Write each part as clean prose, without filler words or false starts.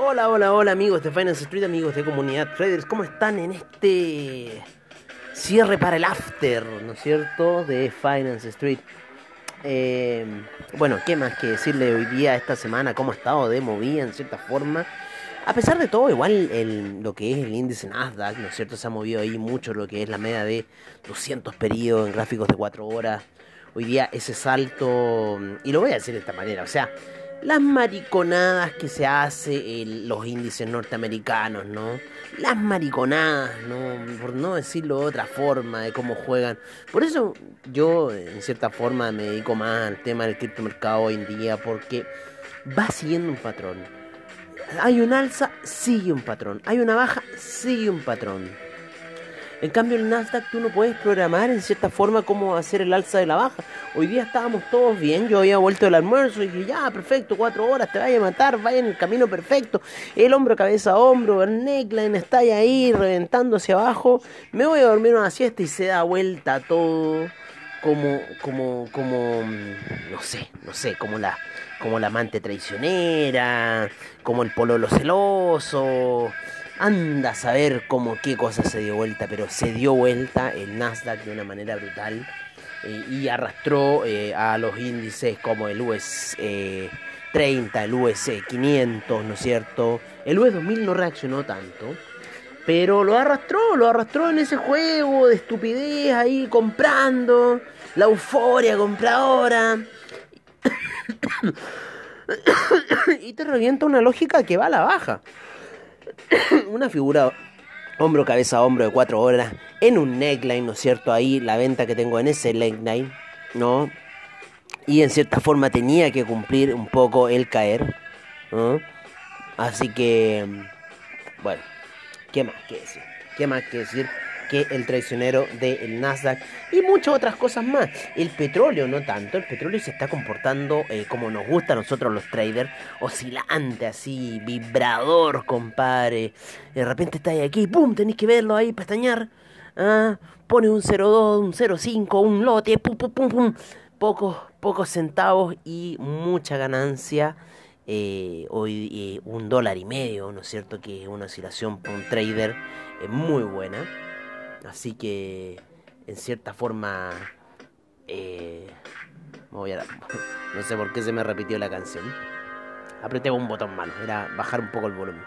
Hola amigos de Finance Street, amigos de Comunidad Traders, ¿cómo están en este cierre para el after, ¿no es cierto?, de Finance Street? Eh, bueno, ¿qué más que decirle hoy día, esta semana, cómo ha estado de movida en cierta forma? A pesar de todo, igual lo que es el índice Nasdaq, ¿no es cierto?, se ha movido ahí mucho lo que es la media de 200 periodos en gráficos de 4 horas. Hoy día ese salto, y lo voy a decir de esta manera, o sea, las mariconadas que se hace en los índices norteamericanos, ¿no? Las mariconadas, ¿no? Por no decirlo de otra forma, de cómo juegan. Por eso yo, en cierta forma, me dedico más al tema del criptomercado hoy en día, porque va siguiendo un patrón. Hay un alza, sigue un patrón. Hay una baja, sigue un patrón. En cambio el Nasdaq tú no puedes programar en cierta forma cómo hacer el alza de la baja. Hoy día estábamos todos bien, yo había vuelto del almuerzo y dije, ya, perfecto, 4 horas, te vaya a matar, vaya en el camino perfecto. El hombro, cabeza a hombro, el neckline está ahí reventando hacia abajo. Me voy a dormir una siesta y se da vuelta todo no sé, como la amante traicionera, como el pololo celoso. Anda a saber cómo qué cosa se dio vuelta, pero se dio vuelta el Nasdaq de una manera brutal y arrastró a los índices como el US 30, el US 500, ¿no es cierto? El US 2000 no reaccionó tanto, pero lo arrastró en ese juego de estupidez ahí comprando, la euforia compradora. Y te revienta una lógica que va a la baja. Una figura hombro, cabeza, hombro de 4 horas en un neckline, ¿no es cierto? Ahí la venta que tengo en ese neckline, ¿no? Y en cierta forma tenía que cumplir un poco el caer, ¿no? Así que, bueno, ¿qué más que decir? ¿Qué más que decir que el traicionero del Nasdaq y muchas otras cosas más? El petróleo no tanto, el petróleo se está comportando como nos gusta a nosotros los traders, oscilante así, vibrador, compadre. De repente estáis aquí, ¡pum!, tenéis que verlo ahí, pestañear. Pone un 0,2, un 0,5, un lote, pum, pum, pum, pum. Pocos centavos y mucha ganancia. Hoy $1.50, ¿no es cierto? Que es una oscilación para un trader muy buena. Así que, en cierta forma, voy a, no sé por qué se me repitió la canción. Apreté un botón malo, era bajar un poco el volumen.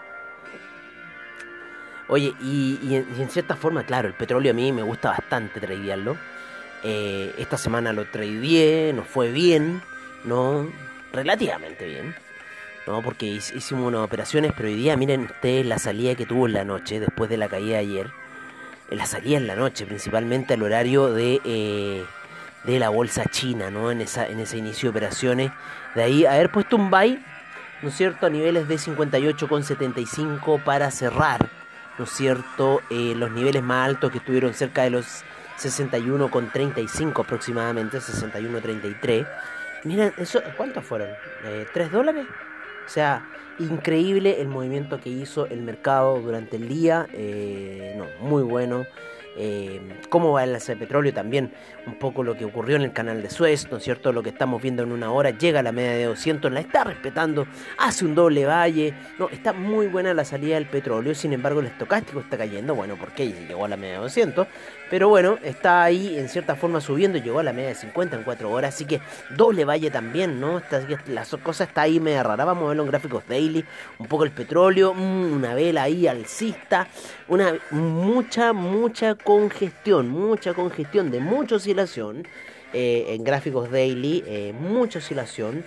Oye, y en cierta forma, claro, el petróleo a mí me gusta bastante tradearlo. Esta semana lo tradeé, nos fue bien, ¿no? Relativamente bien, ¿no? Porque hicimos unas operaciones, pero hoy día miren ustedes la salida que tuvo en la noche, después de la caída de ayer. La salida en la noche, principalmente al horario de la bolsa china, ¿no? En ese inicio de operaciones. De ahí haber puesto un buy, ¿no es cierto?, a niveles de 58,75 para cerrar, ¿no es cierto?, los niveles más altos que estuvieron cerca de los 61,35 aproximadamente, 61,33. Miren, eso, ¿cuántos fueron? ¿$3? O sea, increíble el movimiento que hizo el mercado durante el día. No, muy bueno. Cómo va el alza de petróleo también, un poco lo que ocurrió en el canal de Suez, ¿no es cierto? Lo que estamos viendo en una hora, llega a la media de 200, la está respetando, hace un doble valle, no, está muy buena la salida del petróleo. Sin embargo el estocástico está cayendo, bueno, porque llegó a la media de 200, pero bueno, está ahí en cierta forma subiendo, llegó a la media de 50 en 4 horas, así que doble valle también, ¿no? La cosa está ahí media rara. Vamos a verlo en gráficos daily, un poco el petróleo, una vela ahí alcista, mucha congestión, de mucha oscilación, en gráficos daily, mucha oscilación,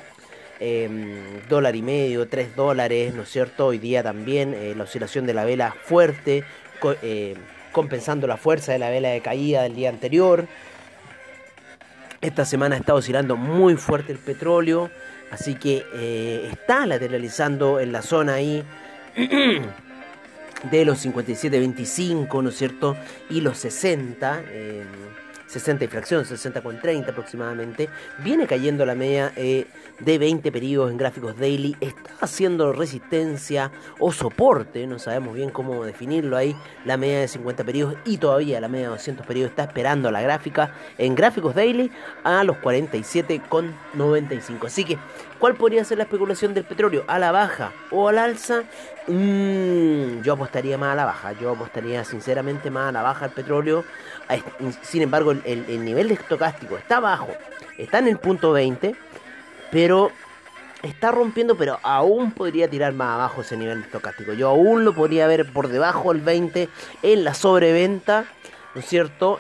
$1.50, $3, ¿no es cierto? Hoy día también la oscilación de la vela fuerte, compensando la fuerza de la vela de caída del día anterior. Esta semana está oscilando muy fuerte el petróleo, así que está lateralizando en la zona ahí de los 57.25, ¿no es cierto? Y los 60, 60 y fracción, 60,30 aproximadamente. Viene cayendo la media de 20 periodos en gráficos daily. Está haciendo resistencia o soporte, no sabemos bien cómo definirlo ahí, la media de 50 periodos, y todavía la media de 200 periodos está esperando la gráfica en gráficos daily a los 47,95. Así que ¿Cuál podría ser la especulación del petróleo? ¿A la baja o al alza? Yo apostaría más a la baja. Yo apostaría sinceramente más a la baja al petróleo. Sin embargo, el nivel de estocástico está bajo. Está en el punto 20. Pero está rompiendo, pero aún podría tirar más abajo ese nivel estocástico. Yo aún lo podría ver por debajo del 20 en la sobreventa, ¿no es cierto?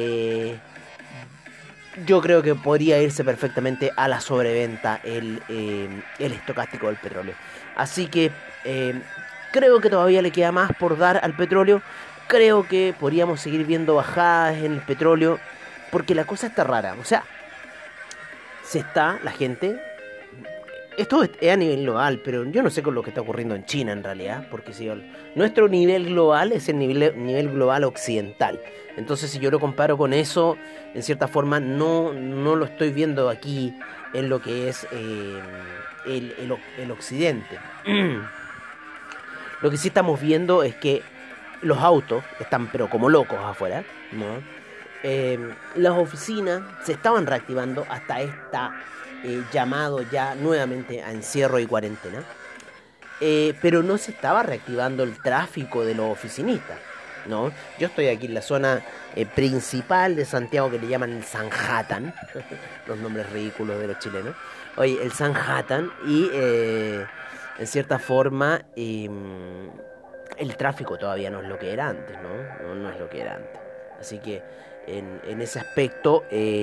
Yo creo que podría irse perfectamente a la sobreventa el estocástico del petróleo. Así que creo que todavía le queda más por dar al petróleo. Creo que podríamos seguir viendo bajadas en el petróleo, porque la cosa está rara. O sea, la gente. Esto es a nivel global, pero yo no sé con lo que está ocurriendo en China en realidad, porque si nuestro nivel global es el nivel global occidental. Entonces, si yo lo comparo con eso, en cierta forma no lo estoy viendo aquí en lo que es el occidente. Lo que sí estamos viendo es que los autos están pero como locos afuera, ¿no? Las oficinas se estaban reactivando hasta esta llamado ya nuevamente a encierro y cuarentena, pero no se estaba reactivando el tráfico de los oficinistas, ¿no? Yo estoy aquí en la zona principal de Santiago, que le llaman el Sanhattan, los nombres ridículos de los chilenos. Oye, el Sanhattan, y en cierta forma el tráfico todavía no es lo que era antes, ¿no? No es lo que era antes. Así que en ese aspecto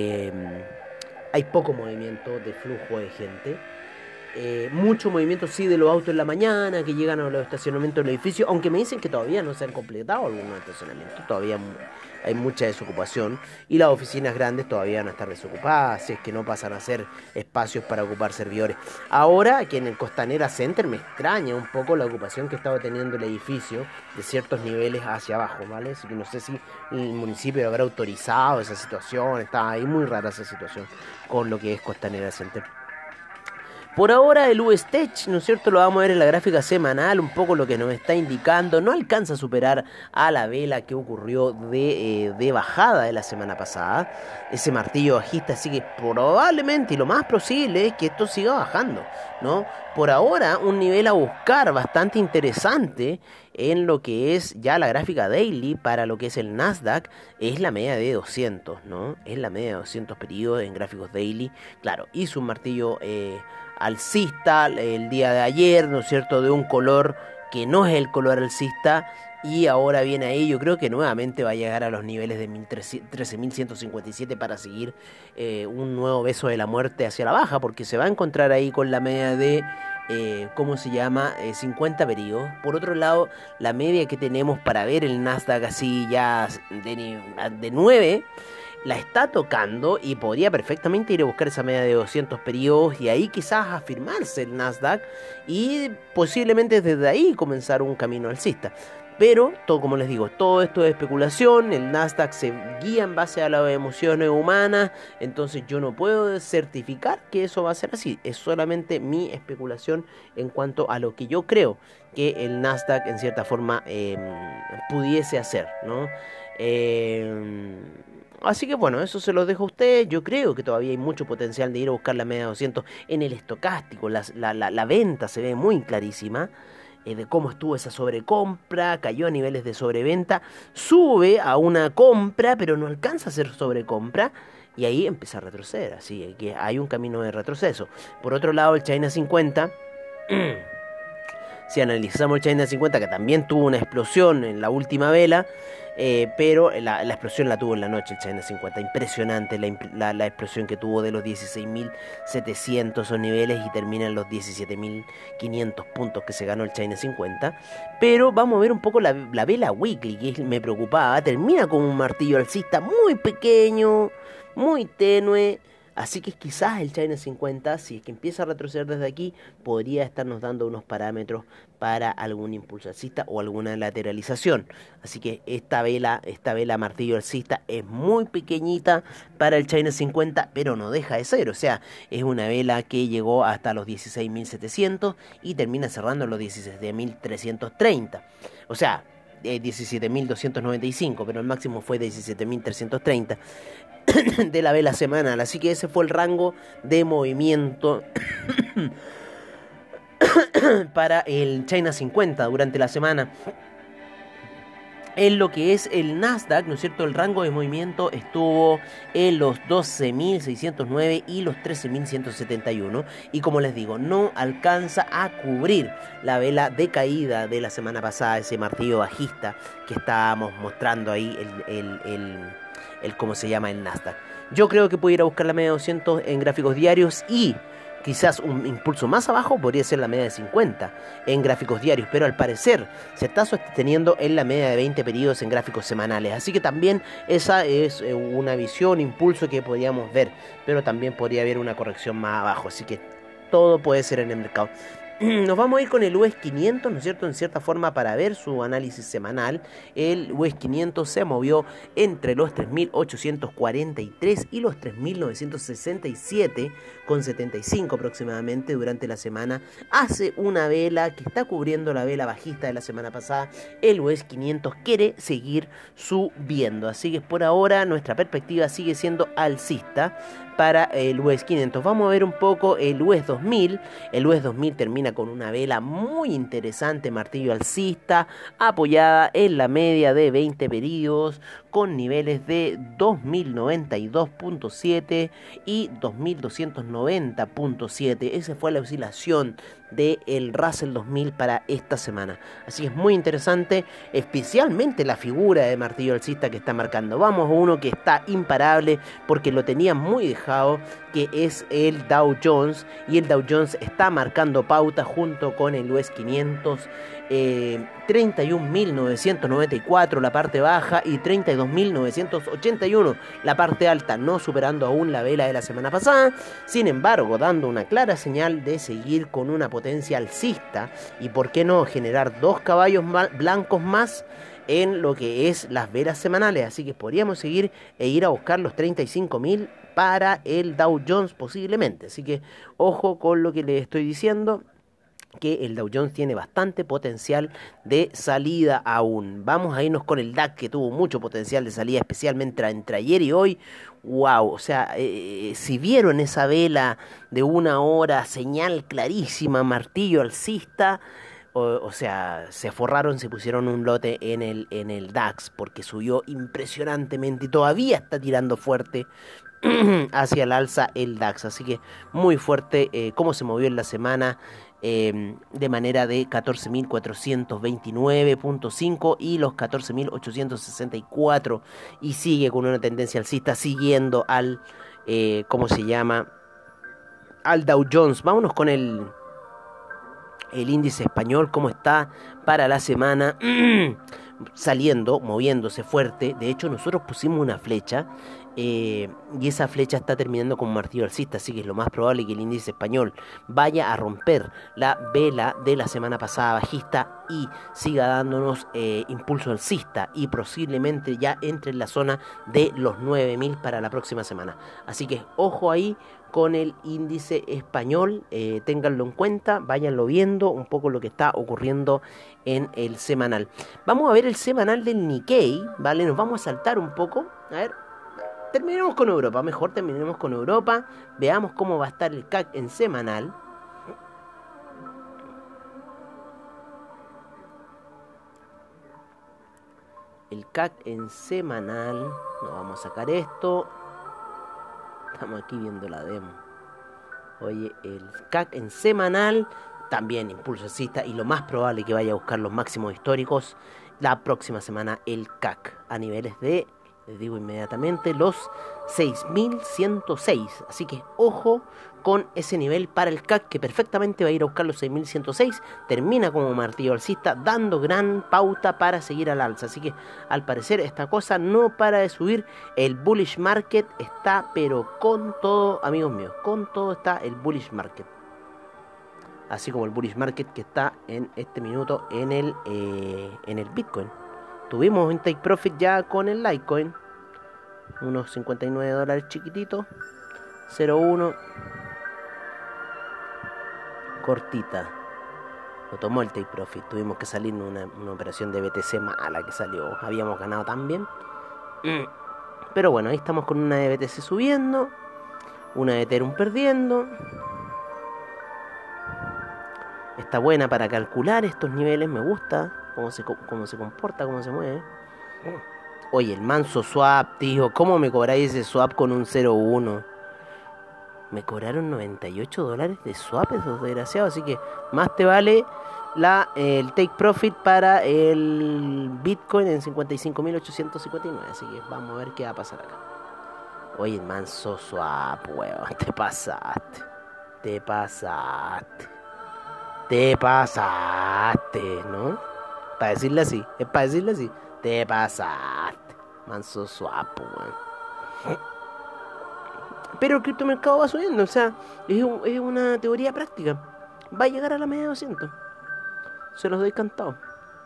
hay poco movimiento de flujo de gente. Mucho movimiento sí de los autos en la mañana que llegan a los estacionamientos del edificio, aunque me dicen que todavía no se han completado algunos estacionamientos, todavía hay mucha desocupación, y las oficinas grandes todavía van a estar desocupadas, si es que no pasan a ser espacios para ocupar servidores. Ahora que en el Costanera Center me extraña un poco la ocupación que estaba teniendo el edificio de ciertos niveles hacia abajo, ¿vale? Así que no sé si el municipio habrá autorizado esa situación, está ahí muy rara esa situación con lo que es Costanera Center. Por ahora el US-Tech, ¿no es cierto? Lo vamos a ver en la gráfica semanal, un poco lo que nos está indicando. No alcanza a superar a la vela que ocurrió de bajada de la semana pasada. Ese martillo bajista, así que probablemente y lo más posible es que esto siga bajando, ¿no? Por ahora un nivel a buscar bastante interesante en lo que es ya la gráfica daily para lo que es el Nasdaq es la media de 200, ¿no? Es la media de 200 periodos en gráficos daily. Claro, hizo un martillo alcista el día de ayer, ¿no es cierto?, de un color que no es el color alcista, y ahora viene ahí, yo creo que nuevamente va a llegar a los niveles de 13.157 para seguir un nuevo beso de la muerte hacia la baja, porque se va a encontrar ahí con la media de ¿cómo se llama? 50 periodos. Por otro lado, la media que tenemos para ver el Nasdaq así ya de 9 la está tocando, y podría perfectamente ir a buscar esa media de 200 periodos y ahí quizás afirmarse el Nasdaq y posiblemente desde ahí comenzar un camino alcista. Pero, todo, como les digo, todo esto es especulación, el Nasdaq se guía en base a las emociones humanas, entonces yo no puedo certificar que eso va a ser así, es solamente mi especulación en cuanto a lo que yo creo que el Nasdaq en cierta forma pudiese hacer, ¿no? Así que bueno, eso se lo dejo a ustedes. Yo creo que todavía hay mucho potencial de ir a buscar la media 200 en el estocástico. La venta se ve muy clarísima de cómo estuvo esa sobrecompra, cayó a niveles de sobreventa, sube a una compra, pero no alcanza a ser sobrecompra, y ahí empieza a retroceder. Así que hay un camino de retroceso. Por otro lado, el China 50... Si analizamos el China 50, que también tuvo una explosión en la última vela, pero la explosión la tuvo en la noche el China 50. Impresionante la explosión que tuvo de los 16.700 esos niveles y termina en los 17.500 puntos que se ganó el China 50. Pero vamos a ver un poco la vela weekly, que me preocupaba. Termina con un martillo alcista muy pequeño, muy tenue. Así que quizás el China 50, si es que empieza a retroceder desde aquí, podría estarnos dando unos parámetros para algún impulso alcista o alguna lateralización. Así que esta vela martillo alcista es muy pequeñita para el China 50, pero no deja de ser. O sea, es una vela que llegó hasta los 16.700 y termina cerrando en los 17.330. O sea, 17.295, pero el máximo fue 17.330 de la vela semanal. Así que ese fue el rango de movimiento para el China 50 durante la semana. En lo que es el Nasdaq, ¿no es cierto? El rango de movimiento estuvo en los 12.609 y los 13.171. Y como les digo, no alcanza a cubrir la vela de caída de la semana pasada, ese martillo bajista que estábamos mostrando ahí, ¿cómo se llama? El Nasdaq. Yo creo que puedo ir a buscar la media de 200 en gráficos diarios y quizás un impulso más abajo podría ser la media de 50 en gráficos diarios, pero al parecer se está sosteniendo en la media de 20 periodos en gráficos semanales. Así que también esa es una visión, impulso que podríamos ver, pero también podría haber una corrección más abajo. Así que todo puede ser en el mercado. Nos vamos a ir con el US 500, ¿no es cierto? En cierta forma para ver su análisis semanal. El US 500 se movió entre los 3.843 y los 3.967,75 aproximadamente durante la semana. Hace una vela que está cubriendo la vela bajista de la semana pasada. El US 500 quiere seguir subiendo, así que por ahora nuestra perspectiva sigue siendo alcista para el US 500. Vamos a ver un poco el US 2000. El US 2000 termina con una vela muy interesante, martillo alcista, apoyada en la media de 20 periodos, con niveles de 2092.7 y 2290.7. Esa fue la oscilación del Russell 2000 para esta semana. Así que es muy interesante, especialmente la figura de martillo alcista que está marcando. Vamos a uno que está imparable porque lo tenía muy dejado, que es el Dow Jones, y el Dow Jones está marcando pauta junto con el US 500. 31.994 la parte baja y 32.981 la parte alta, no superando aún la vela de la semana pasada, sin embargo dando una clara señal de seguir con una potencia alcista y por qué no generar dos caballos blancos más en lo que es las velas semanales. Así que podríamos seguir e ir a buscar los 35.000 para el Dow Jones posiblemente. Así que ojo con lo que les estoy diciendo, que el Dow Jones tiene bastante potencial de salida aún. Vamos a irnos con el DAX, que tuvo mucho potencial de salida, especialmente entre ayer y hoy. Wow, o sea, si vieron esa vela de una hora, señal clarísima, martillo alcista, o sea, se forraron, se pusieron un lote en el DAX, porque subió impresionantemente y todavía está tirando fuerte hacia el alza el DAX. Así que muy fuerte cómo se movió en la semana, de manera de 14.429.5 y los 14.864, y sigue con una tendencia alcista siguiendo al ¿cómo se llama? Al Dow Jones. Vámonos con el índice español, cómo está para la semana. Saliendo, moviéndose fuerte. De hecho nosotros pusimos una flecha, y esa flecha está terminando con martillo alcista, así que es lo más probable que el índice español vaya a romper la vela de la semana pasada bajista y siga dándonos impulso alcista y posiblemente ya entre en la zona de los 9.000 para la próxima semana. Así que ojo ahí con el índice español, ténganlo en cuenta, váyanlo viendo un poco lo que está ocurriendo en el semanal. Vamos a ver el semanal del Nikkei, ¿vale? Nos vamos a saltar un poco, a ver, terminemos con Europa, mejor terminemos con Europa, veamos cómo va a estar el CAC en semanal. El CAC en semanal, nos vamos a sacar esto. Estamos aquí viendo la demo. Oye, el CAC en semanal, también impulso alcista y lo más probable que vaya a buscar los máximos históricos la próxima semana el CAC a niveles de, les digo inmediatamente, los 6.106. Así que ojo con ese nivel para el CAC, que perfectamente va a ir a buscar los 6.106. Termina como martillo alcista, dando gran pauta para seguir al alza. Así que al parecer esta cosa no para de subir. El bullish market está pero con todo, amigos míos, con todo está el bullish market. Así como el bullish market que está en este minuto en el Bitcoin. Tuvimos un take profit ya con el Litecoin, unos $59 chiquititos, 0.1, cortita. Lo tomó el take profit. Tuvimos que salir en una operación de BTC mala que salió. Habíamos ganado también. Pero bueno, ahí estamos con una de BTC subiendo. Una de Ethereum perdiendo. Está buena para calcular estos niveles. Me gusta cómo se comporta, cómo se mueve. Oye, el manso swap, tío. ¿Cómo me cobráis ese swap con un 0.1? Me cobraron $98 de swap, esos desgraciados. Así que más te vale el take profit para el Bitcoin en 55.859. Así que vamos a ver qué va a pasar acá. Oye, manso swap, weón. Te pasaste. ¿No? Para decirle así. Es para decirle así. Te pasaste. Manso swap, weón. Pero el criptomercado va subiendo, o sea, es una teoría práctica. Va a llegar a la media de 200. Se los doy cantado.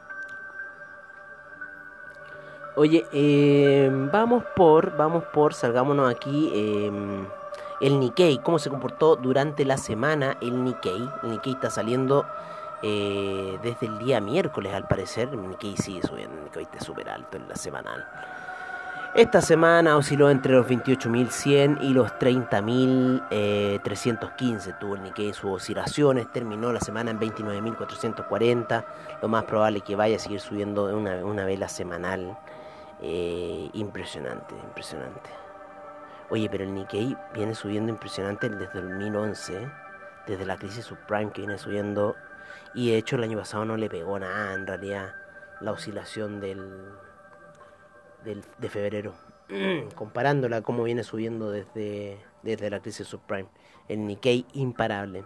Oye, vamos por, salgámonos aquí, el Nikkei, cómo se comportó durante la semana el Nikkei. El Nikkei está saliendo desde el día miércoles, al parecer. El Nikkei sigue subiendo, el Nikkei está súper alto en la semanal. Esta osciló entre los 28.100 y los 30.315. Tuvo el Nikkei en sus oscilaciones. Terminó la semana en 29.440. Lo más probable es que vaya a seguir subiendo una vela semanal. Impresionante. Oye, pero el Nikkei viene subiendo impresionante desde el 2011. Desde la crisis subprime que viene subiendo. Y de hecho el año pasado no le pegó nada en realidad la oscilación de febrero, comparándola como viene subiendo desde la crisis subprime. El Nikkei imparable.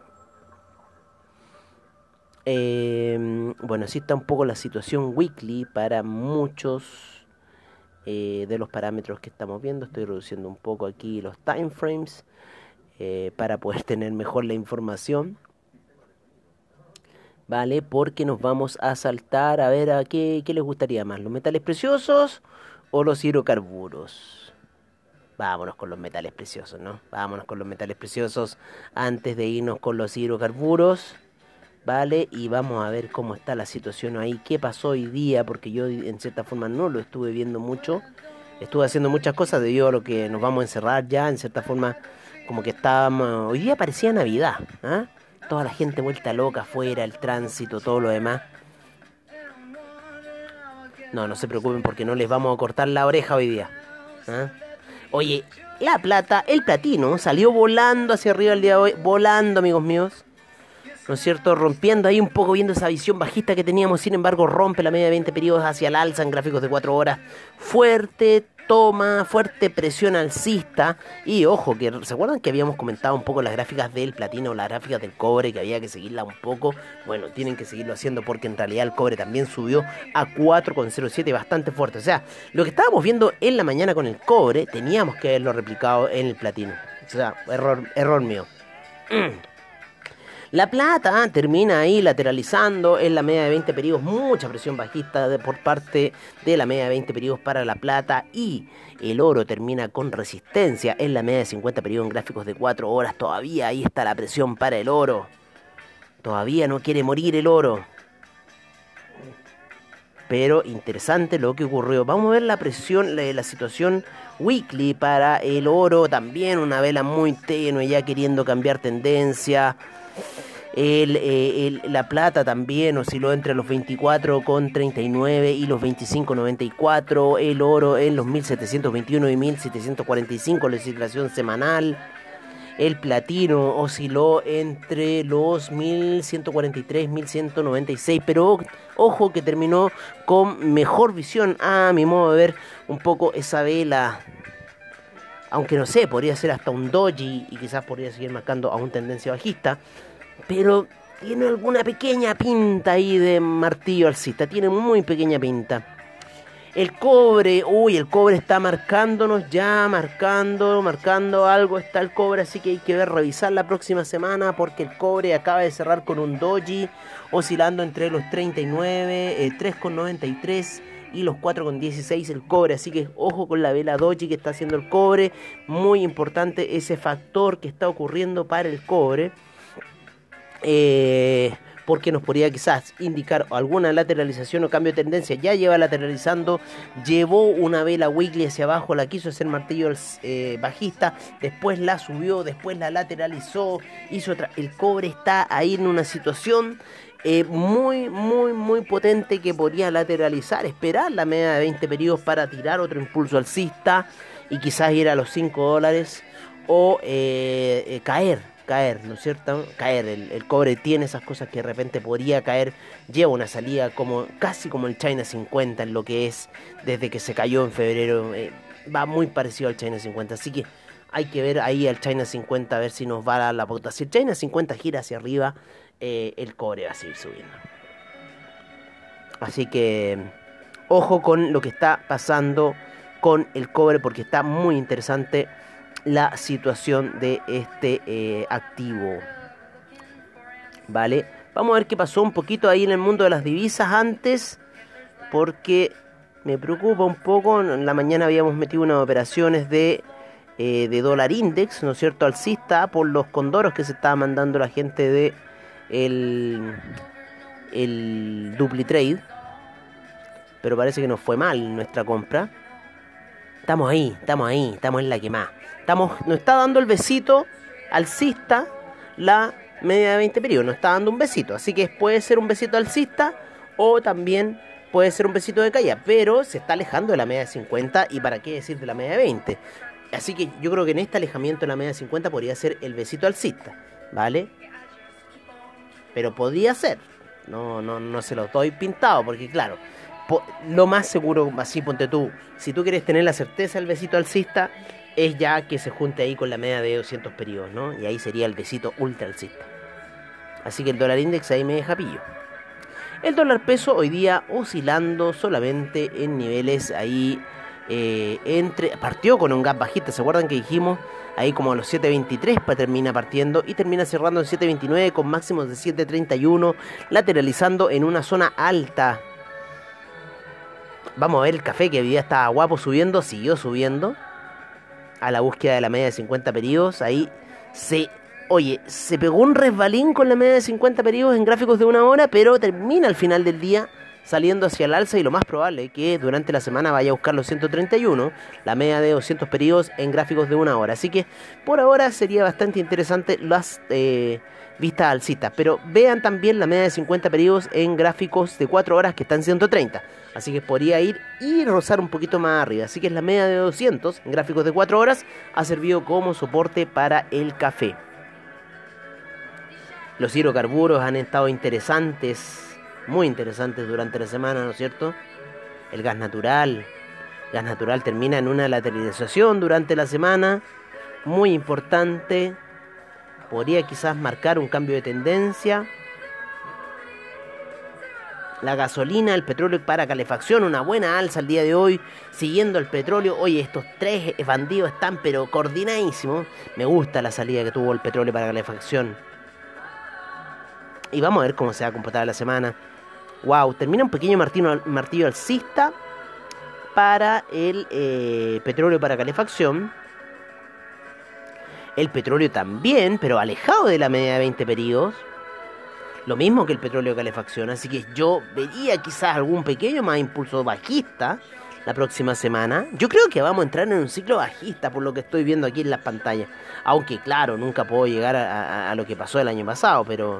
Bueno, así está un poco la situación weekly para muchos de los parámetros que estamos viendo. Estoy reduciendo un poco aquí los time frames para poder tener mejor la información. Vale, porque nos vamos a saltar a ver a qué les gustaría más, los metales preciosos o los hidrocarburos. Vámonos con los metales preciosos, ¿no? Vámonos con los metales preciosos antes de irnos con los hidrocarburos. Vale, y vamos a ver cómo está la situación ahí, qué pasó hoy día, porque yo en cierta forma no lo estuve viendo mucho. Estuve haciendo muchas cosas debido a lo que nos vamos a encerrar ya, en cierta forma como que estábamos... Hoy día parecía Navidad, ¿eh? Toda la gente vuelta loca afuera, el tránsito, todo lo demás. No se preocupen porque no les vamos a cortar la oreja hoy día. ¿Ah? Oye, la plata, el platino, salió volando hacia arriba el día de hoy. Volando, amigos míos. ¿No es cierto? Rompiendo ahí un poco, viendo esa visión bajista que teníamos. Sin embargo, rompe la media de 20 periodos hacia el alza en gráficos de 4 horas. Fuerte presión alcista. Y ojo, que ¿se acuerdan que habíamos comentado un poco las gráficas del platino, las gráficas del cobre, que había que seguirla un poco? Bueno, tienen que seguirlo haciendo porque en realidad el cobre también subió a 4,07, bastante fuerte. O sea, lo que estábamos viendo en la mañana con el cobre, teníamos que haberlo replicado en el platino. O sea, error mío. La plata termina ahí lateralizando en la media de 20 periodos, mucha presión bajista por parte de la media de 20 periodos para la plata, y el oro termina con resistencia en la media de 50 periodos en gráficos de 4 horas. Todavía ahí está la presión para el oro, todavía no quiere morir el oro. Pero interesante lo que ocurrió. Vamos a ver la presión, la situación weekly para el oro, también una vela muy tenue ya queriendo cambiar tendencia. La plata también osciló entre los 24,39 y los 25,94. El oro en los 1721 y 1745, la oscilación semanal. El platino osciló entre los 1143 y 1196, pero ojo que terminó con mejor visión a mi modo de ver un poco esa vela. Aunque no sé, podría ser hasta un doji y quizás podría seguir marcando aún tendencia bajista. Pero tiene alguna pequeña pinta ahí de martillo alcista. Tiene muy pequeña pinta. El cobre, el cobre está marcándonos ya, marcando algo está el cobre, así que hay que revisar la próxima semana porque el cobre acaba de cerrar con un doji oscilando entre los 39, 3,93 y los 4,16 el cobre, así que ojo con la vela doji que está haciendo el cobre, muy importante ese factor que está ocurriendo para el cobre. porque nos podría quizás indicar alguna lateralización o cambio de tendencia. Ya lleva lateralizando, llevó una vela weekly hacia abajo, la quiso hacer martillo bajista, después la subió, después la lateralizó, hizo otra. El cobre está ahí en una situación muy potente que podría lateralizar, esperar la media de 20 periodos para tirar otro impulso alcista y quizás ir a los $5 o caer, ¿no es cierto? Caer, el cobre tiene esas cosas que de repente podría caer, lleva una salida casi como el China 50 en lo que es desde que se cayó en febrero, va muy parecido al China 50, así que hay que ver ahí al China 50 a ver si nos va a dar la pauta. Si el China 50 gira hacia arriba, el cobre va a seguir subiendo. Así que ojo con lo que está pasando con el cobre, porque está muy interesante la situación de este activo. Vale, vamos a ver qué pasó un poquito ahí en el mundo de las divisas antes, porque me preocupa un poco. En la mañana habíamos metido unas operaciones de dólar index, ¿no es cierto?, alcista por los condoros que se estaba mandando la gente de el DupliTrade, pero parece que nos fue mal nuestra compra. Estamos ahí, estamos en la que más. Nos está dando el besito alcista la media de 20 periodos, nos está dando un besito, así que puede ser un besito alcista o también puede ser un besito de caída, pero se está alejando de la media de 50 y para qué decir de la media de 20. Así que yo creo que en este alejamiento de la media de 50 podría ser el besito alcista, ¿vale? Pero podría ser, no se lo doy pintado, porque claro, lo más seguro, así ponte tú, si tú quieres tener la certeza del besito alcista, es ya que se junte ahí con la media de 200 periodos, ¿no? Y ahí sería el besito ultra alcista. Así que el dólar index ahí me deja pillo. El dólar peso hoy día oscilando solamente en niveles ahí partió con un gap bajista, ¿se acuerdan que dijimos? Ahí como a los 7.23 termina partiendo y termina cerrando en 7.29 con máximos de 7.31, lateralizando en una zona alta. Vamos a ver el café, que hoy día estaba guapo subiendo, siguió subiendo a la búsqueda de la media de 50 periodos. Ahí se pegó un resbalín con la media de 50 periodos en gráficos de una hora, pero termina al final del día saliendo hacia el alza y lo más probable es que durante la semana vaya a buscar los 131, la media de 200 periodos en gráficos de una hora. Así que por ahora sería bastante interesante las vistas alcistas, pero vean también la media de 50 periodos en gráficos de 4 horas que están 130. Así que podría ir y rozar un poquito más arriba. Así que la media de 200 en gráficos de 4 horas ha servido como soporte para el café. Los hidrocarburos han estado interesantes, muy interesantes durante la semana, ¿no es cierto? El gas natural termina en una lateralización durante la semana, muy importante, podría quizás marcar un cambio de tendencia. La gasolina, el petróleo para calefacción, una buena alza el día de hoy, siguiendo el petróleo. Oye, estos tres bandidos están pero coordinadísimos. Me gusta la salida que tuvo el petróleo para calefacción. Y vamos a ver cómo se va a comportar la semana. Wow, termina un pequeño martillo alcista para el petróleo para calefacción. El petróleo también, pero alejado de la media de 20 periodos. Lo mismo que el petróleo de calefacción. Así que yo vería quizás algún pequeño más impulso bajista la próxima semana. Yo creo que vamos a entrar en un ciclo bajista por lo que estoy viendo aquí en las pantallas. Aunque claro, nunca puedo llegar a lo que pasó el año pasado, pero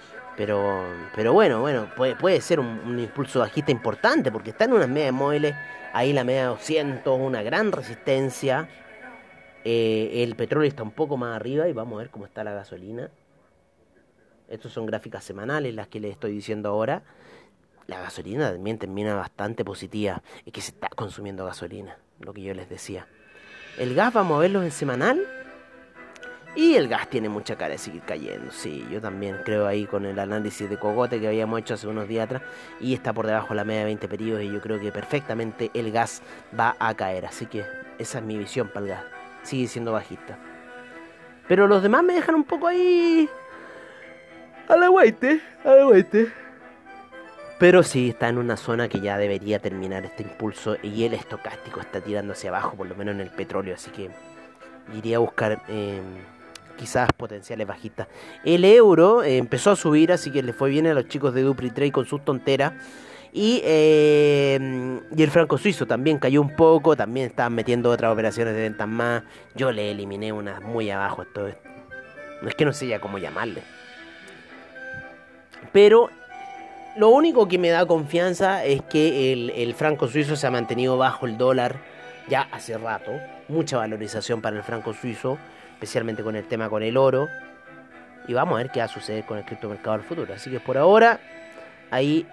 bueno, puede ser un impulso bajista importante porque está en unas medias móviles, ahí la media de 200, una gran resistencia. El petróleo está un poco más arriba y vamos a ver cómo está la gasolina. Estos son gráficas semanales las que les estoy diciendo ahora. La gasolina también termina bastante positiva. Es que se está consumiendo gasolina, lo que yo les decía. El gas vamos a verlo en semanal. Y el gas tiene mucha cara de seguir cayendo. Sí, yo también creo ahí con el análisis de cogote que habíamos hecho hace unos días atrás. Y está por debajo de la media de 20 periodos. Y yo creo que perfectamente el gas va a caer. Así que esa es mi visión para el gas. Sigue siendo bajista. Pero los demás me dejan un poco ahí a la guaite. Pero sí, está en una zona que ya debería terminar este impulso. Y el estocástico está tirando hacia abajo, por lo menos en el petróleo. Así que iría a buscar quizás potenciales bajistas. El euro empezó a subir, así que le fue bien a los chicos de DupriTrade con sus tonteras. Y el franco suizo también cayó un poco, también estaban metiendo otras operaciones de ventas más. Yo le eliminé unas muy abajo, esto no es que no sé ya cómo llamarle. Pero lo único que me da confianza es que el franco suizo se ha mantenido bajo el dólar ya hace rato. Mucha valorización para el franco suizo, especialmente con el tema con el oro. Y vamos a ver qué va a suceder con el criptomercado del futuro. Así que por ahora, ahí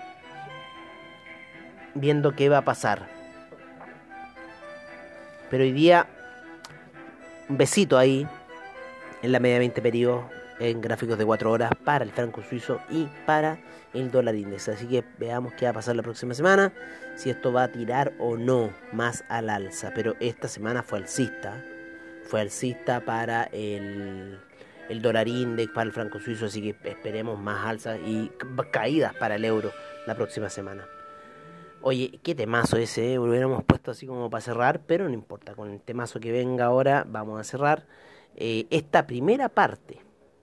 viendo qué va a pasar. Pero hoy día, un besito ahí en la media 20 periodos en gráficos de 4 horas para el franco suizo y para el dólar índice. Así que veamos qué va a pasar la próxima semana, si esto va a tirar o no más al alza. Pero esta semana fue alcista para el dólar index, para el franco suizo, así que esperemos más alzas y caídas para el euro la próxima semana. Oye, qué temazo ese, lo hubiéramos puesto así como para cerrar, pero no importa, con el temazo que venga ahora vamos a cerrar esta primera parte,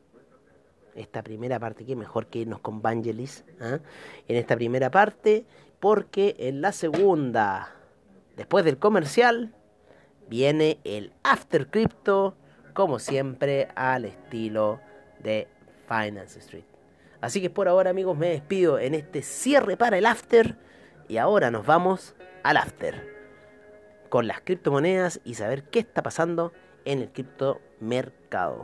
que mejor que irnos con Vangelis, en esta primera parte, porque en la segunda, después del comercial, viene el After Crypto, como siempre, al estilo de Finance Street. Así que por ahora, amigos, me despido en este cierre para el After, y ahora nos vamos al After, con las criptomonedas y saber qué está pasando en el criptomercado.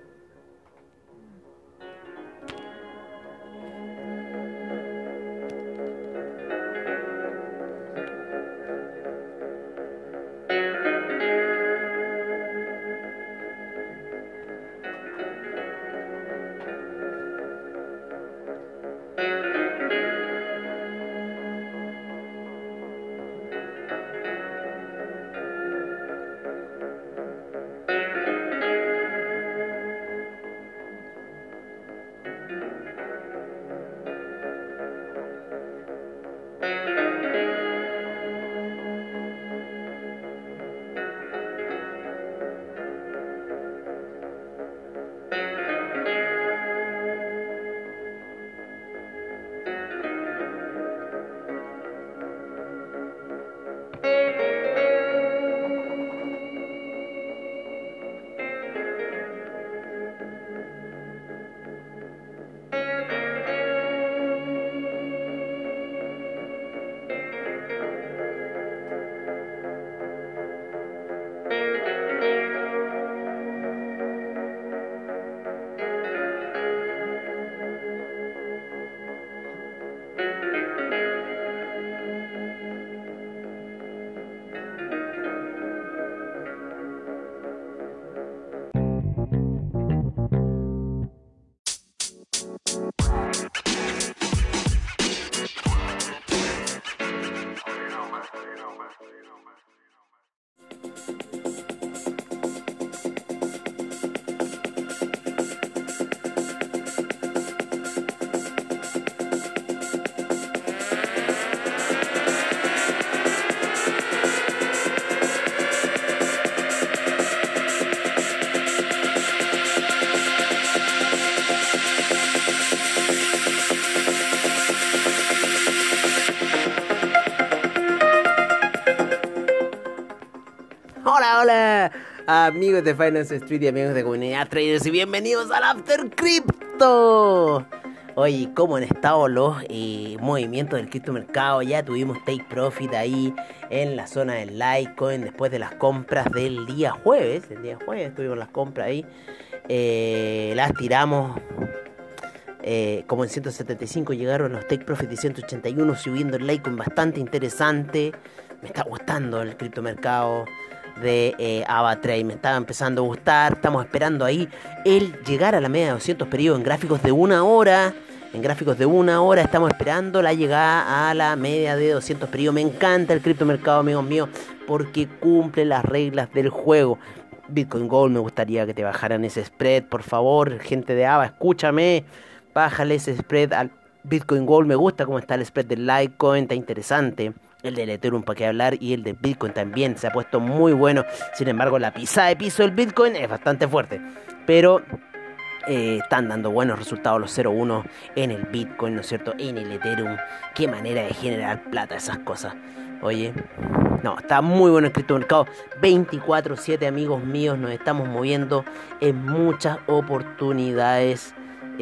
Hola, amigos de Finance Street y amigos de Comunidad Traders, y bienvenidos al After Crypto. Oye, ¿cómo han estado los movimientos del criptomercado? Ya tuvimos take profit ahí en la zona del Litecoin después de las compras del día jueves. El día jueves tuvimos las compras ahí, las tiramos. Como en 175 llegaron los take profit de 181, subiendo el Litecoin bastante interesante. Me está gustando el criptomercado de AvaTrade, me estaba empezando a gustar. Estamos esperando ahí el llegar a la media de 200 periodos en gráficos de una hora. Estamos esperando la llegada a la media de 200 periodos. Me encanta el criptomercado, amigos míos, porque cumple las reglas del juego. Bitcoin Gold, me gustaría que te bajaran ese spread, por favor, gente de Ava, escúchame. Bájale ese spread al Bitcoin Gold. Me gusta cómo está el spread del Litecoin, está interesante. El del Ethereum para qué hablar y el del Bitcoin también se ha puesto muy bueno. Sin embargo, la pisada de piso del Bitcoin es bastante fuerte. Pero están dando buenos resultados los 0,1 en el Bitcoin, ¿no es cierto? En el Ethereum. Qué manera de generar plata esas cosas. Oye, no, está muy bueno el criptomercado. 24/7, amigos míos, nos estamos moviendo en muchas oportunidades.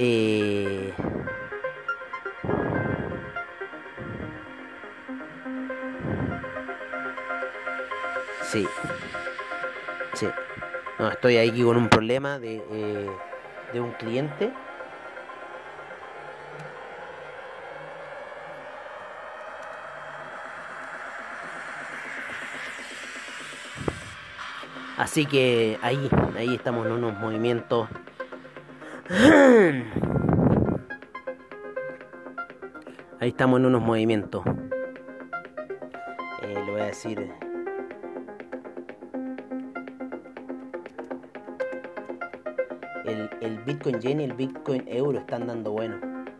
Sí, sí. No, estoy aquí con un problema de un cliente. Así que ahí estamos en unos movimientos. Ahí estamos en unos movimientos. Le voy a decir. El Bitcoin Yen y el Bitcoin Euro están dando bueno.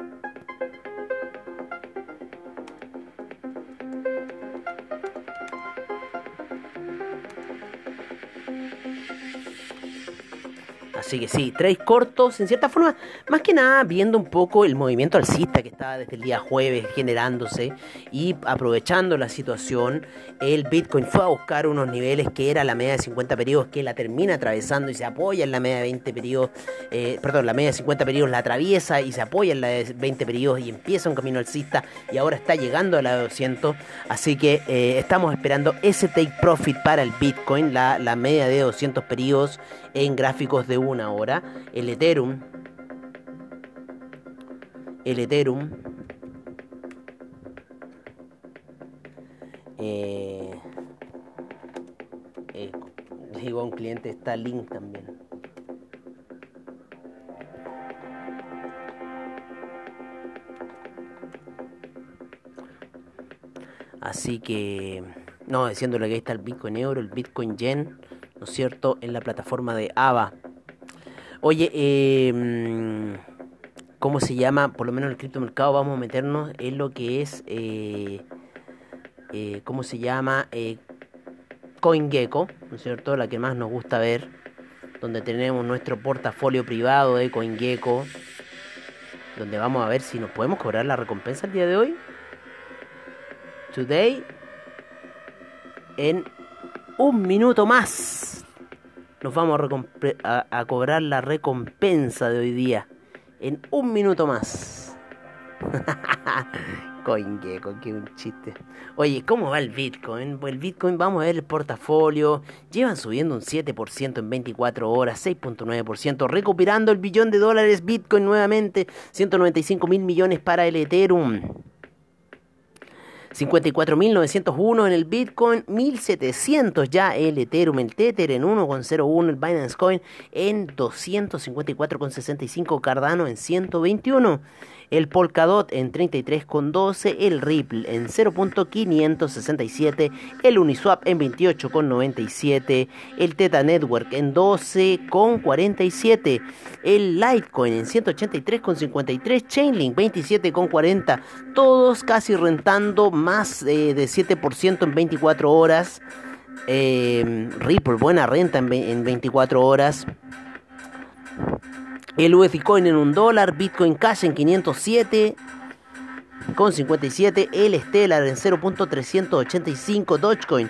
Así que sí, trades cortos, en cierta forma, más que nada viendo un poco el movimiento alcista que estaba desde el día jueves generándose y aprovechando la situación, el Bitcoin fue a buscar unos niveles que era la media de 50 periodos, que la termina atravesando y se apoya en la media de 20 periodos, la media de 50 periodos la atraviesa y se apoya en la de 20 periodos y empieza un camino alcista y ahora está llegando a la de 200, así que estamos esperando ese take profit para el Bitcoin, la media de 200 periodos en gráficos de una hora. El Ethereum digo a un cliente está Link también. Así que no, diciéndole que ahí está el Bitcoin Euro, el Bitcoin Yen, ¿no es cierto?, en la plataforma de AVA. Oye, ¿cómo se llama? Por lo menos en el criptomercado vamos a meternos en lo que es, ¿cómo se llama? CoinGecko, ¿no es cierto?, la que más nos gusta ver, donde tenemos nuestro portafolio privado de CoinGecko, donde vamos a ver si nos podemos cobrar la recompensa el día de hoy. Today, en un minuto más nos vamos a cobrar la recompensa de hoy día. En un minuto más. CoinGecko, que un chiste. Oye, ¿cómo va el Bitcoin? Pues el Bitcoin, vamos a ver el portafolio. Llevan subiendo un 7% en 24 horas, 6.9%. Recuperando el billón de dólares Bitcoin nuevamente. 195.000 millones para el Ethereum. 54.901 en el Bitcoin, 1.700 ya el Ethereum, el Tether en 1,01, el Binance Coin en 254,65, Cardano en 121, el Polkadot en 33,12, el Ripple en 0.567, el Uniswap en 28,97, el Theta Network en 12,47, el Litecoin en 183,53, Chainlink 27,40, todos casi rentando más de 7% en 24 horas. Ripple, buena renta en 24 horas. El USD Coin en $1, Bitcoin Cash en 507,57, el Stellar en 0.385, Dogecoin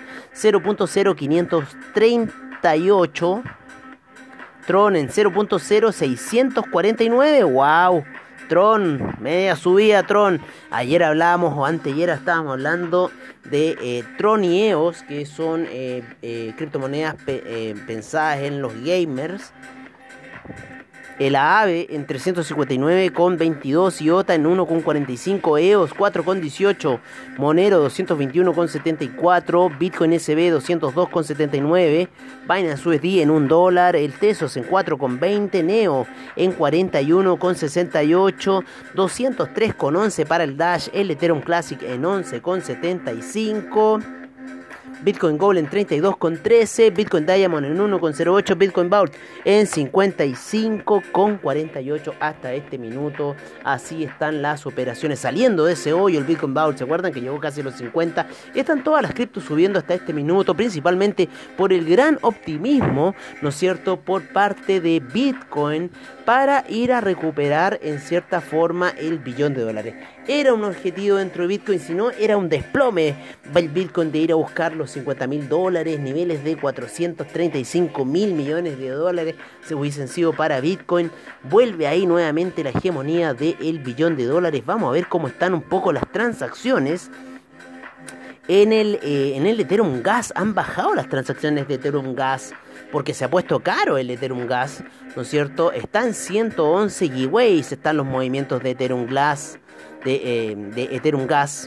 0.0538, Tron en 0.0649, wow, Tron, media subida Tron. Ayer hablábamos, o anteayer estábamos hablando de Tron y EOS, que son criptomonedas pensadas en los gamers. El AAVE en 359,22, IOTA en 1,45, EOS 4,18, Monero 221,74, Bitcoin SB 202,79, Binance USD en $1, el Tesos en 4,20, Neo en 41,68, 203,11 para el Dash, el Ethereum Classic en 11,75. Bitcoin Gold en 32,13, Bitcoin Diamond en 1,08, Bitcoin Vault en 55,48 hasta este minuto. Así están las operaciones saliendo de ese hoyo el Bitcoin Vault. ¿Se acuerdan que llegó casi a los 50? Están todas las criptos subiendo hasta este minuto, principalmente por el gran optimismo, ¿no es cierto?, por parte de Bitcoin para ir a recuperar en cierta forma el billón de dólares. Era un objetivo dentro de Bitcoin, si no era un desplome el Bitcoin de ir a buscar los $50.000, niveles de 435.000 millones de dólares se hubiesen sido para Bitcoin. Vuelve ahí nuevamente la hegemonía del billón de dólares. Vamos a ver cómo están un poco las transacciones. En el Ethereum Gas han bajado las transacciones de Ethereum Gas porque se ha puesto caro el Ethereum Gas, ¿no es cierto? Está en 111 giveaways, están los movimientos de Ethereum Gas, de Ethereum Gas.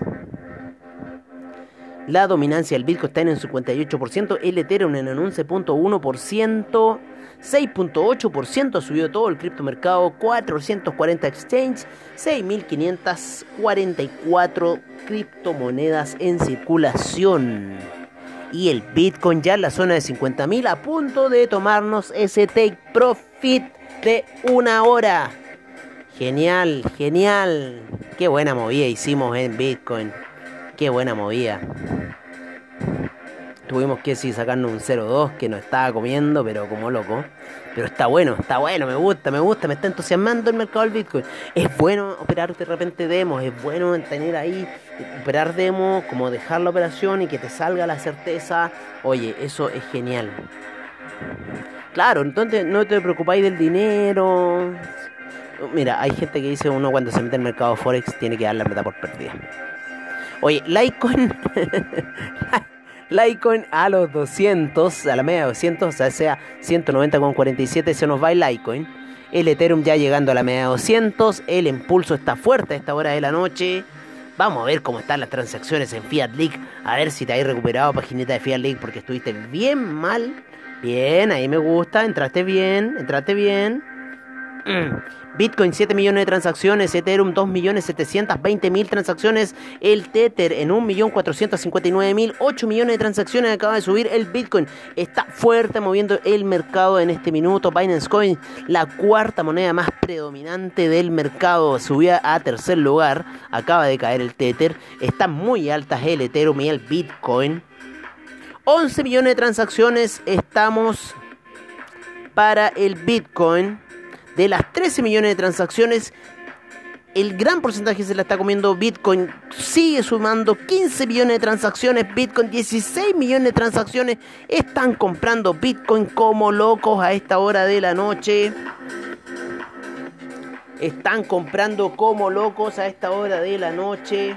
La dominancia del Bitcoin está en el 58%, el Ethereum en el 11,1%, 6,8% ha subido todo el criptomercado, 440 exchanges, 6.544 criptomonedas en circulación. Y el Bitcoin ya en la zona de 50.000 a punto de tomarnos ese take profit de 1 hora. Genial, genial. Qué buena movida hicimos en Bitcoin. Qué buena movida. Tuvimos que sacarnos un 0.2 que nos estaba comiendo, pero como loco. Pero está bueno, me gusta, me está entusiasmando el mercado del Bitcoin. Es bueno operar de repente demos, es bueno tener ahí, operar demos, como dejar la operación y que te salga la certeza. Oye, eso es genial. Claro, entonces no te preocupáis del dinero. Mira, hay gente que dice uno cuando se mete en el mercado Forex tiene que dar la plata por perdida. Oye, Litecoin... Litecoin a los 200, a la media de 200, o sea 190,47 se nos va el Litecoin. El Ethereum ya llegando a la media de 200, el impulso está fuerte a esta hora de la noche. Vamos a ver cómo están las transacciones en Fiat League, a ver si te has recuperado, paginita de Fiat League, porque estuviste bien mal. Bien, ahí me gusta, entraste bien. Bitcoin 7 millones de transacciones, Ethereum 2.720.000 transacciones, el Tether en 1.459.000, 8 millones de transacciones acaba de subir el Bitcoin, está fuerte moviendo el mercado en este minuto. Binance Coin, la cuarta moneda más predominante del mercado, subía a tercer lugar, acaba de caer el Tether, están muy altas el Ethereum y el Bitcoin. 11 millones de transacciones estamos para el Bitcoin. De las 13 millones de transacciones, el gran porcentaje se la está comiendo Bitcoin. Sigue sumando 15 millones de transacciones. Bitcoin, 16 millones de transacciones. Están comprando Bitcoin como locos a esta hora de la noche. Están comprando como locos a esta hora de la noche.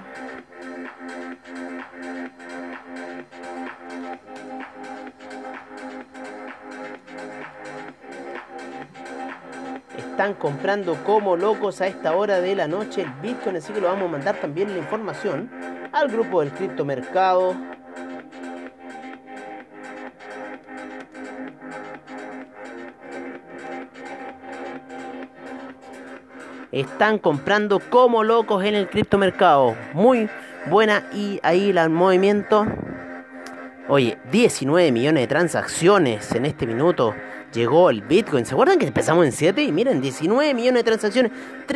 Están comprando como locos a esta hora de la noche el Bitcoin, así que lo vamos a mandar también la información al grupo del criptomercado. Están comprando como locos en el criptomercado. Muy buena y ahí el movimiento. Oye, 19 millones de transacciones en este minuto. Llegó el Bitcoin. ¿Se acuerdan que empezamos en 7? Y miren, 19 millones de transacciones.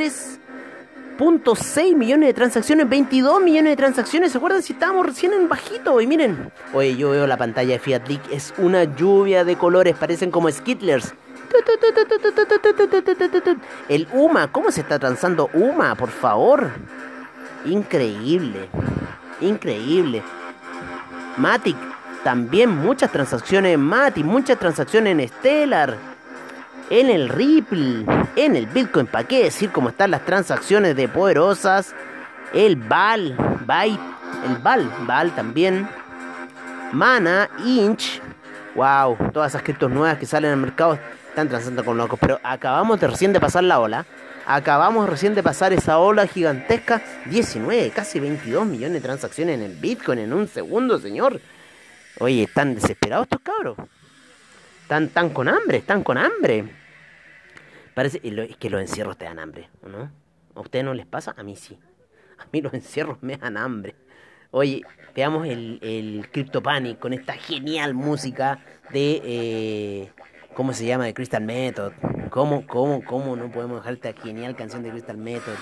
3.6 millones de transacciones. 22 millones de transacciones. ¿Se acuerdan si estábamos recién en bajito? Y miren. Oye, yo veo la pantalla de Fiat League. Es una lluvia de colores. Parecen como Skittlers. El UMA. ¿Cómo se está transando UMA? Por favor. Increíble. Increíble. Matic. También muchas transacciones en Matic, muchas transacciones en Stellar, en el Ripple, en el Bitcoin. ¿Para qué decir cómo están las transacciones de poderosas? El Val, Val también. Mana, Inch. Wow, todas esas criptos nuevas que salen al mercado están transando con locos. Pero acabamos de recién de pasar la ola. Acabamos recién de pasar esa ola gigantesca. 19, casi 22 millones de transacciones en el Bitcoin en un segundo, señor. Oye, están desesperados estos cabros. Están con hambre, Parece es que los encierros te dan hambre, ¿o no? ¿A ustedes no les pasa? A mí sí. A mí los encierros me dan hambre. Oye, veamos el CryptoPanic con esta genial música de... ¿cómo se llama? De Crystal Method. ¿Cómo no podemos dejar esta genial canción de Crystal Method?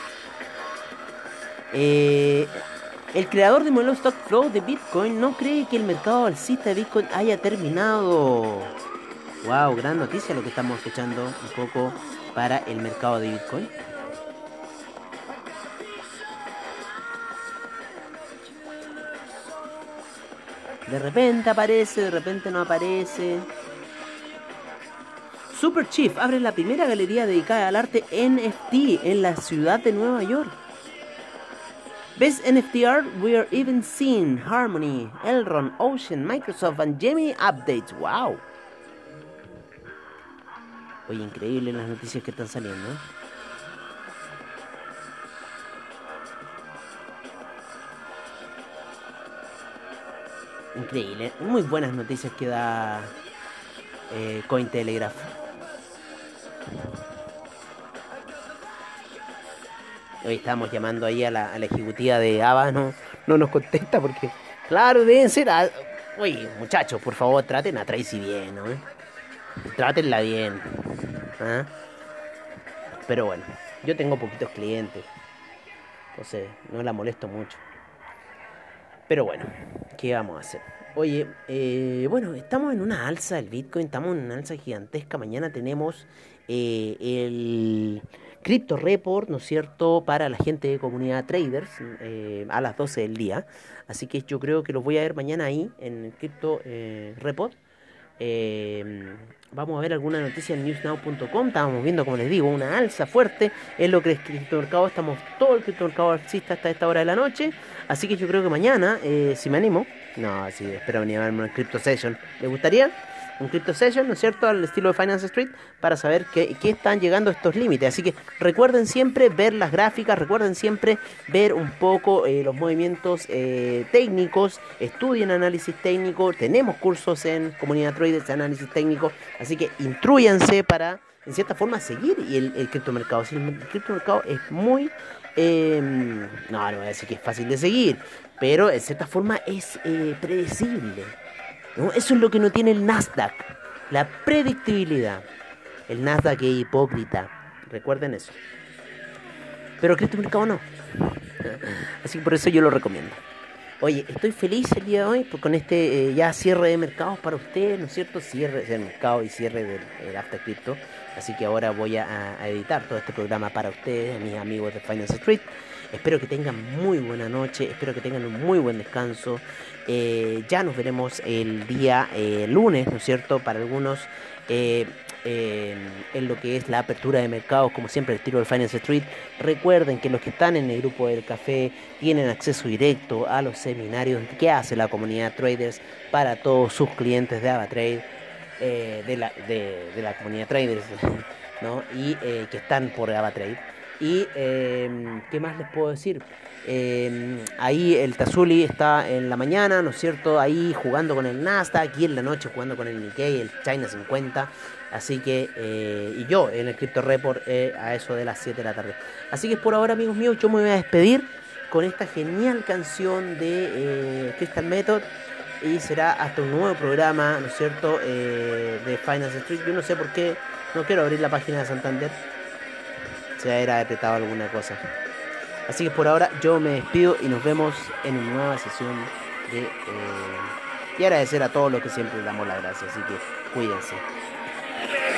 Eh, el creador de modelo Stock Flow de Bitcoin no cree que el mercado alcista de Bitcoin haya terminado. Wow, gran noticia lo que estamos escuchando un poco para el mercado de Bitcoin. De repente aparece, de repente no aparece. Super Chief abre la primera galería dedicada al arte NFT en la ciudad de Nueva York. Best NFT art we are even seeing Harmony, Elrond, Ocean, Microsoft and Gemini updates. Wow. Oye, increíble las noticias que están saliendo. Increíble, muy buenas noticias que da Cointelegraph. Hoy estamos llamando ahí a la ejecutiva de ABA, no nos contesta porque, claro, deben ser... Oye, muchachos, por favor, traten a Tracy bien, ¿no? Trátenla bien. ¿Ah? Pero bueno, yo tengo poquitos clientes, entonces no la molesto mucho. Pero bueno, ¿qué vamos a hacer? Oye, bueno, estamos en una alza del Bitcoin, estamos en una alza gigantesca. Mañana tenemos el Crypto Report, ¿no es cierto?, para la gente de comunidad traders a las 12 del día. Así que yo creo que los voy a ver mañana ahí en el Crypto Report. Vamos a ver alguna noticia en newsnow.com. Estábamos viendo, como les digo, una alza fuerte en lo que es criptomercado. Estamos todo el criptomercado alcista hasta esta hora de la noche. Así que yo creo que mañana, si me animo, no, sí, espero venir a verme una Crypto Session. ¿Les gustaría? Un Crypto Session, ¿no es cierto?, al estilo de Finance Street, para saber qué están llegando estos límites. Así que recuerden siempre ver las gráficas, recuerden siempre ver un poco los movimientos técnicos, estudien análisis técnico, tenemos cursos en Comunidad Traders de análisis técnico, así que instruyanse para, en cierta forma, seguir el criptomercado. Si el criptomercado es muy... no voy a decir que es fácil de seguir, pero en cierta forma es predecible, ¿no? Eso es lo que no tiene el Nasdaq, la predictibilidad. El Nasdaq es hipócrita, recuerden eso. Pero el criptomercado no. Así que por eso yo lo recomiendo. Oye, estoy feliz el día de hoy con este ya cierre de mercados para ustedes, ¿no es cierto? Cierre del mercado y cierre del After Crypto. Así que ahora voy a editar todo este programa para ustedes, mis amigos de Finance Street. Espero que tengan muy buena noche, espero que tengan un muy buen descanso. Ya nos veremos el día lunes, ¿no es cierto? Para algunos en lo que es la apertura de mercados, como siempre, el estilo del Finance Street. Recuerden que los que están en el grupo del café tienen acceso directo a los seminarios que hace la comunidad traders para todos sus clientes de AvaTrade, de la comunidad traders, ¿no? Y que están por AvaTrade. Y ¿qué más les puedo decir? Ahí el Tazuli está en la mañana, ¿no es cierto? Ahí jugando con el Nasdaq, y en la noche jugando con el Nikkei, el China 50. Así que, y yo en el Crypto Report a eso de las 7 de la tarde. Así que por ahora, amigos míos, yo me voy a despedir con esta genial canción de Crystal Method. Y será hasta un nuevo programa, ¿no es cierto?, de Finance Street. Yo no sé por qué no quiero abrir la página de Santander. Se habrá detectado alguna cosa. Así que por ahora yo me despido y nos vemos en una nueva sesión de... y agradecer a todos los que siempre damos las gracias. Así que cuídense.